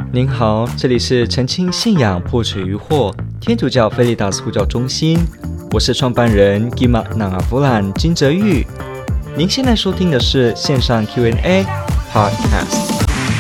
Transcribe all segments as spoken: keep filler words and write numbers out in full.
您好，这里是澄清信仰破除疑惑天主教菲利达斯呼叫中心，我是创办人 Gima Nangavulan 金哲玉。您现在收听的是线上 Q and A Podcast。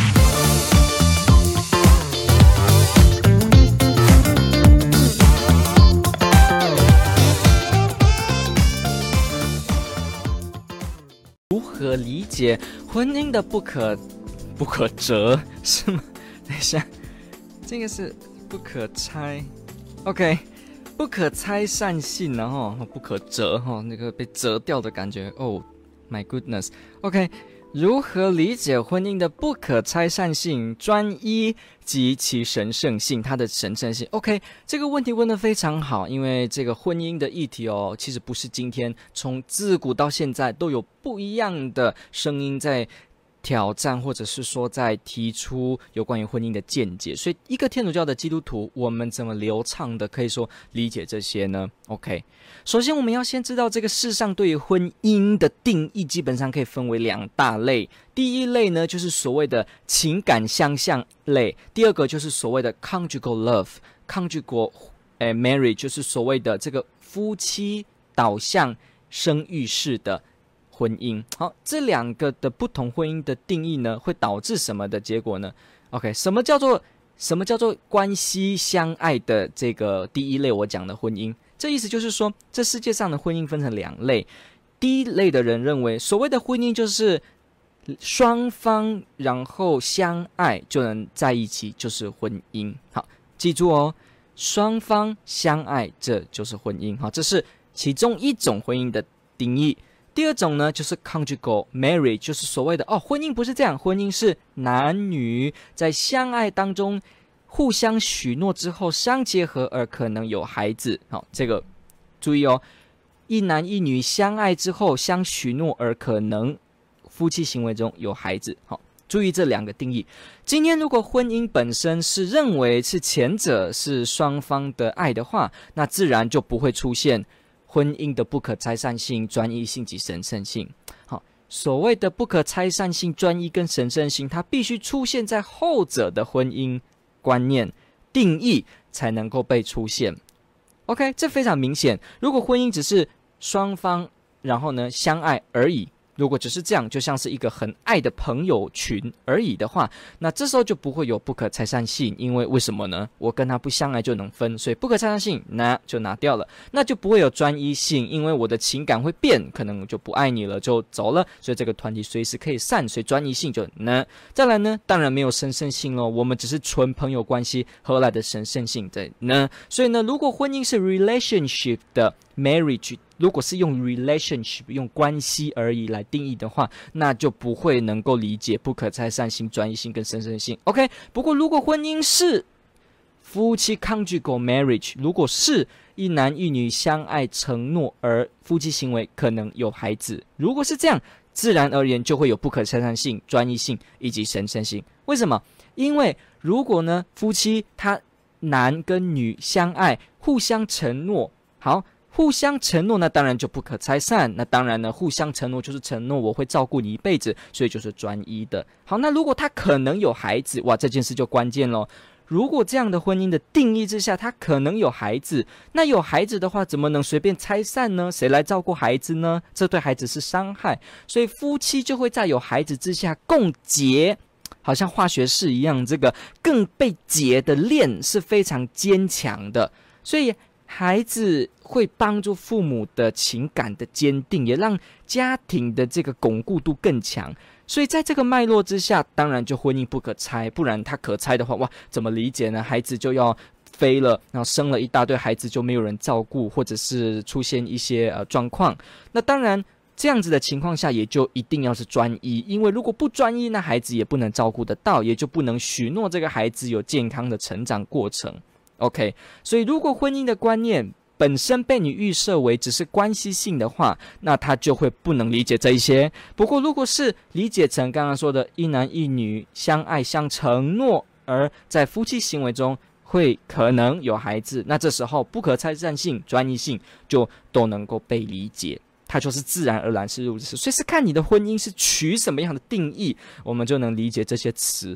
如何理解婚姻的不可不可折是吗？等一下，这个是不可拆 ，OK， 不可拆散性，然后不可折哈，那个被折掉的感觉。Oh my goodness，OK，、okay, 如何理解婚姻的不可拆散性、专一及其神圣性？它的神圣性 ，OK， 这个问题问得非常好，因为这个婚姻的议题哦，其实不是今天，从自古到现在都有不一样的声音在挑战，或者是说在提出有关于婚姻的见解，所以一个天主教的基督徒，我们怎么流畅的可以说理解这些呢 ？OK， 首先我们要先知道这个世上对于婚姻的定义，基本上可以分为两大类。第一类呢，就是所谓的情感相向类；第二个就是所谓的 conjugal love、conjugal 呃 marriage， 就是所谓的这个夫妻导向生育式的婚姻。好，这两个的不同婚姻的定义呢，会导致什么的结果呢 ？OK， 什么叫做什么叫做关系相爱的这个第一类我讲的婚姻？这意思就是说，这世界上的婚姻分成两类。第一类的人认为，所谓的婚姻就是双方然后相爱就能在一起，就是婚姻。好，记住哦，双方相爱这就是婚姻。好，这是其中一种婚姻的定义。第二种呢，就是 conjugal marriage， 就是所谓的哦，婚姻不是这样，婚姻是男女在相爱当中互相许诺之后相结合而可能有孩子。好，这个注意哦，一男一女相爱之后相许诺而可能夫妻行为中有孩子。好，注意这两个定义。今天如果婚姻本身是认为是前者是双方的爱的话，那自然就不会出现婚姻的不可拆散性、专一性及神圣性。好，所谓的不可拆散性、专一跟神圣性，它必须出现在后者的婚姻观念定义才能够被出现。OK， 这非常明显。如果婚姻只是双方然后呢相爱而已，如果只是这样，就像是一个很爱的朋友群而已的话，那这时候就不会有不可拆散性。因为为什么呢？我跟他不相爱就能分，所以不可拆散性那就拿掉了。那就不会有专一性，因为我的情感会变，可能我就不爱你了，就走了，所以这个团体随时可以散，所以专一性就呢。再来呢，当然没有神圣性咯，我们只是纯朋友关系，何来的神圣性的呢？所以呢，如果婚姻是 relationship 的 marriage，如果是用 relationship 用关系而已来定义的话，那就不会能够理解不可拆散性、专一性跟神圣性。OK， 不过如果婚姻是夫妻 conjugal marriage， 如果是一男一女相爱承诺而夫妻行为可能有孩子，如果是这样，自然而言就会有不可拆散性、专一性以及神圣性。为什么？因为如果呢夫妻他男跟女相爱，互相承诺，好。互相承诺，那当然就不可拆散。那当然呢，互相承诺就是承诺我会照顾你一辈子，所以就是专一的。好，那如果他可能有孩子，哇，这件事就关键咯。如果这样的婚姻的定义之下，他可能有孩子，那有孩子的话，怎么能随便拆散呢？谁来照顾孩子呢？这对孩子是伤害，所以夫妻就会在有孩子之下共结，好像化学式一样，这个更被结的链是非常坚强的，所以孩子会帮助父母的情感的坚定，也让家庭的这个巩固度更强。所以在这个脉络之下，当然就婚姻不可拆，不然它可拆的话，哇，怎么理解呢？孩子就要飞了，然后生了一大堆孩子就没有人照顾，或者是出现一些呃状况。那当然这样子的情况下，也就一定要是专一，因为如果不专一，那孩子也不能照顾得到，也就不能许诺这个孩子有健康的成长过程。OK， 所以如果婚姻的观念本身被你预设为只是关系性的话，那他就会不能理解这一些。不过如果是理解成刚刚说的一男一女相爱相承诺，而在夫妻行为中会可能有孩子，那这时候不可拆散性、专一性就都能够被理解，它就是自然而然是如此。所以是看你的婚姻是取什么样的定义，我们就能理解这些词。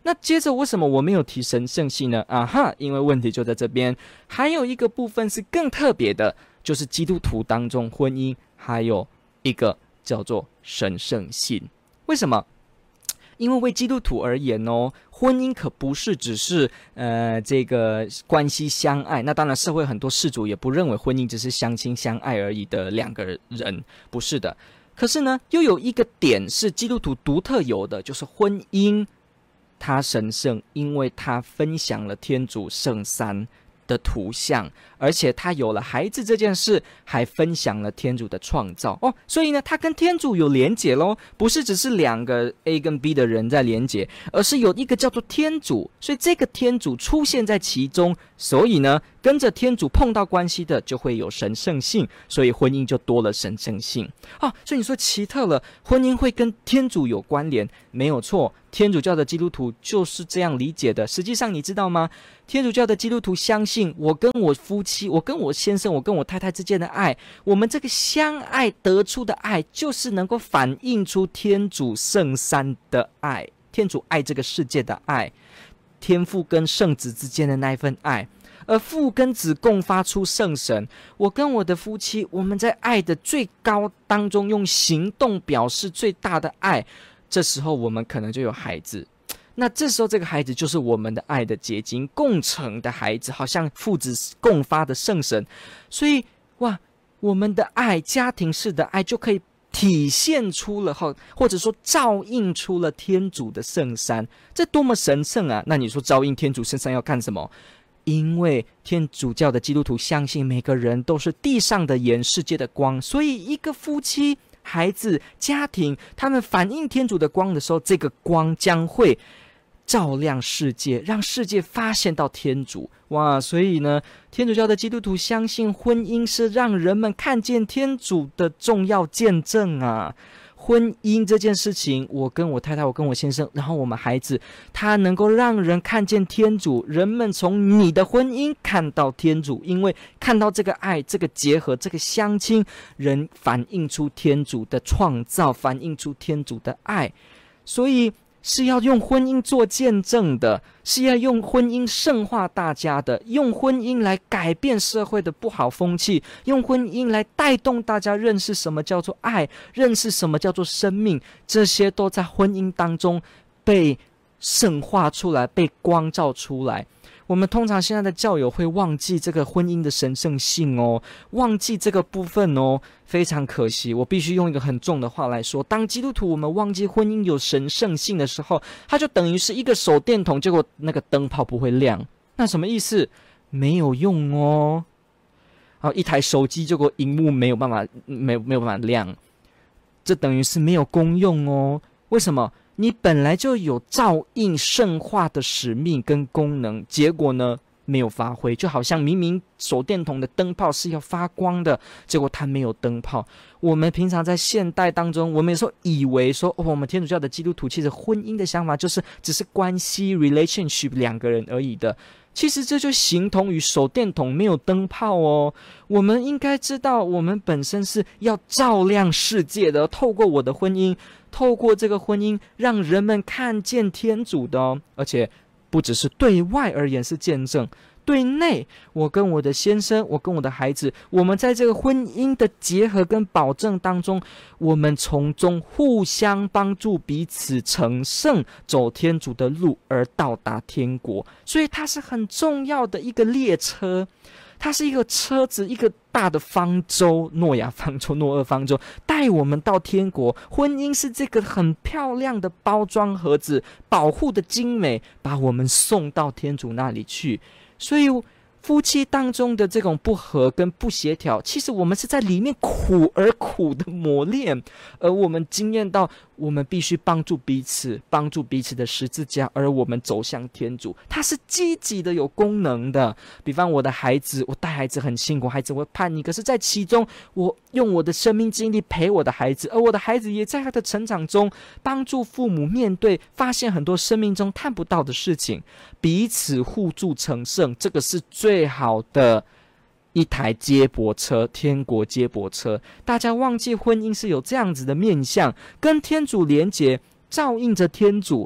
那接着为什么我没有提神圣性呢？啊哈，因为问题就在这边。还有一个部分是更特别的，就是基督徒当中婚姻还有一个叫做神圣性。为什么？因为为基督徒而言哦，婚姻可不是只是呃这个关系相爱。那当然，社会很多世俗也不认为婚姻只是相亲相爱而已的两个人，不是的。可是呢，又有一个点是基督徒独特有的，就是婚姻它神圣，因为它分享了天主圣三的图像，而且他有了孩子这件事，还分享了天主的创造哦，所以呢，他跟天主有连结咯，不是只是两个 A 跟 B 的人在连结，而是有一个叫做天主，所以这个天主出现在其中，所以呢，跟着天主碰到关系的就会有神圣性，所以婚姻就多了神圣性啊。所以你说奇特了，婚姻会跟天主有关联，没有错，天主教的基督徒就是这样理解的。实际上你知道吗？天主教的基督徒相信，我跟我夫妻，我跟我先生，我跟我太太之间的爱，我们这个相爱得出的爱，就是能够反映出天主圣三的爱，天主爱这个世界的爱，天父跟圣子之间的那一份爱，而父跟子共发出圣神。我跟我的夫妻，我们在爱的最高当中，用行动表示最大的爱，这时候我们可能就有孩子。那这时候这个孩子就是我们的爱的结晶，共成的孩子，好像父子共发的圣神。所以哇，我们的爱，家庭式的爱就可以体现出了，或者说照映出了天主的圣三，这多么神圣啊！那你说照映天主圣三要干什么？因为天主教的基督徒相信每个人都是地上的盐，世界的光，所以一个夫妻、孩子、家庭，他们反映天主的光的时候，这个光将会照亮世界，让世界发现到天主。哇，所以呢，天主教的基督徒相信婚姻是让人们看见天主的重要见证啊。婚姻这件事情，我跟我太太，我跟我先生，然后我们孩子，他能够让人看见天主，人们从你的婚姻看到天主，因为看到这个爱，这个结合，这个相亲，人反映出天主的创造，反映出天主的爱，所以是要用婚姻做见证的，是要用婚姻圣化大家的，用婚姻来改变社会的不好风气，用婚姻来带动大家认识什么叫做爱，认识什么叫做生命，这些都在婚姻当中被圣化出来，被光照出来。我们通常现在的教友会忘记这个婚姻的神圣性哦，忘记这个部分哦，非常可惜。我必须用一个很重的话来说，当基督徒我们忘记婚姻有神圣性的时候，它就等于是一个手电筒，结果那个灯泡不会亮，那什么意思？没有用哦。好，一台手机结果荧幕没有办法，没有没有办法亮，这等于是没有功用哦。为什么？你本来就有照应圣化的使命跟功能，结果呢没有发挥，就好像明明手电筒的灯泡是要发光的，结果它没有灯泡。我们平常在现代当中，我们有时候以为说、哦、我们天主教的基督徒其实婚姻的想法就是只是关系 relationship 两个人而已的，其实这就形同于手电筒没有灯泡哦。我们应该知道，我们本身是要照亮世界的，透过我的婚姻，透过这个婚姻让人们看见天主的哦。而且不只是对外而言是见证，对内，我跟我的先生，我跟我的孩子，我们在这个婚姻的结合跟保证当中，我们从中互相帮助彼此成圣，走天主的路而到达天国。所以它是很重要的一个列车，它是一个车子，一个大的方舟，诺亚方舟、诺厄方舟，带我们到天国。婚姻是这个很漂亮的包装盒子，保护的精美，把我们送到天主那里去。所以夫妻当中的这种不和跟不协调，其实我们是在里面苦而苦的磨练，而我们经验到我们必须帮助彼此，帮助彼此的十字架，而我们走向天主，它是积极的，有功能的。比方我的孩子，我带孩子很辛苦，孩子会叛逆，可是在其中我用我的生命经历陪我的孩子，而我的孩子也在他的成长中帮助父母面对发现很多生命中看不到的事情，彼此互助成圣，这个是最好的一台接驳车，天国接驳车。大家忘记婚姻是有这样子的面向，跟天主连结，照应着天主，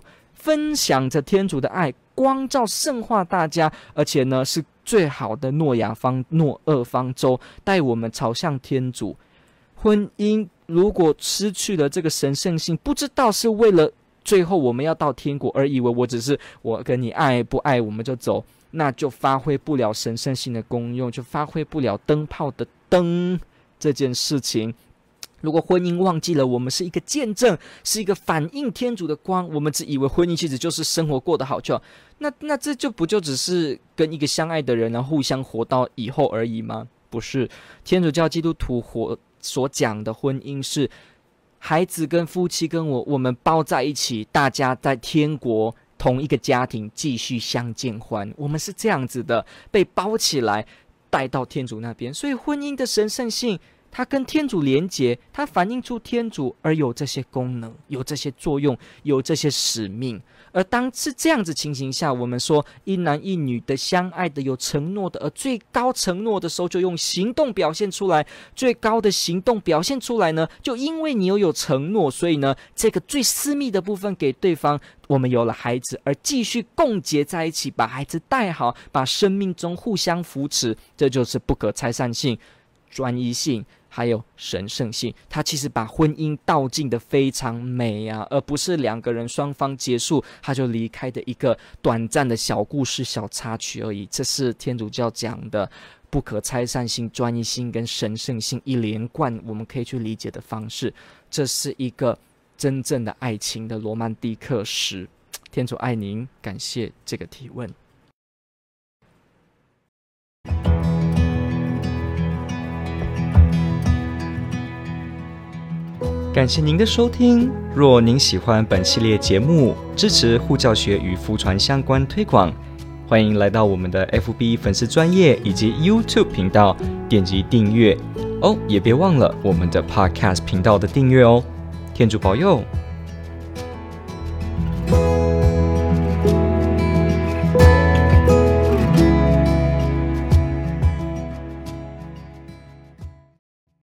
分享着天主的爱，光照圣化大家，而且呢是最好的诺亚方诺厄方舟，带我们朝向天主。婚姻如果失去了这个神圣性，不知道是为了最后我们要到天国，而以为我只是我跟你爱不爱我们就走，那就发挥不了神圣性的功用，就发挥不了灯泡的灯这件事情。如果婚姻忘记了我们是一个见证，是一个反映天主的光，我们只以为婚姻其实就是生活过得好就好，那那这就不就只是跟一个相爱的人然后互相活到以后而已吗？不是，天主教基督徒活所讲的婚姻是孩子跟夫妻跟我我们包在一起，大家在天国同一个家庭继续相见欢，我们是这样子的，被包起来带到天主那边。所以婚姻的神圣性，它跟天主连结，它反映出天主而有这些功能，有这些作用，有这些使命。而当是这样子情形下，我们说一男一女的相爱的有承诺的，而最高承诺的时候就用行动表现出来，最高的行动表现出来呢，就因为你有有承诺，所以呢这个最私密的部分给对方，我们有了孩子，而继续共结在一起，把孩子带好，把生命中互相扶持，这就是不可拆散性、专一性还有神圣性。它其实把婚姻道尽的非常美啊，而不是两个人双方结束他就离开的一个短暂的小故事、小插曲而已。这是天主教讲的不可拆散性、专一性跟神圣性一连贯我们可以去理解的方式。这是一个真正的爱情的罗曼蒂克史。天主爱您，感谢这个提问。感谢您的收听。若您喜欢本系列节目，支持护教学与福传相关推广，欢迎来到我们的 F B 粉丝专页以及 YouTube 频道点击订阅哦，也别忘了我们的 Podcast 频道的订阅哦。天主保佑。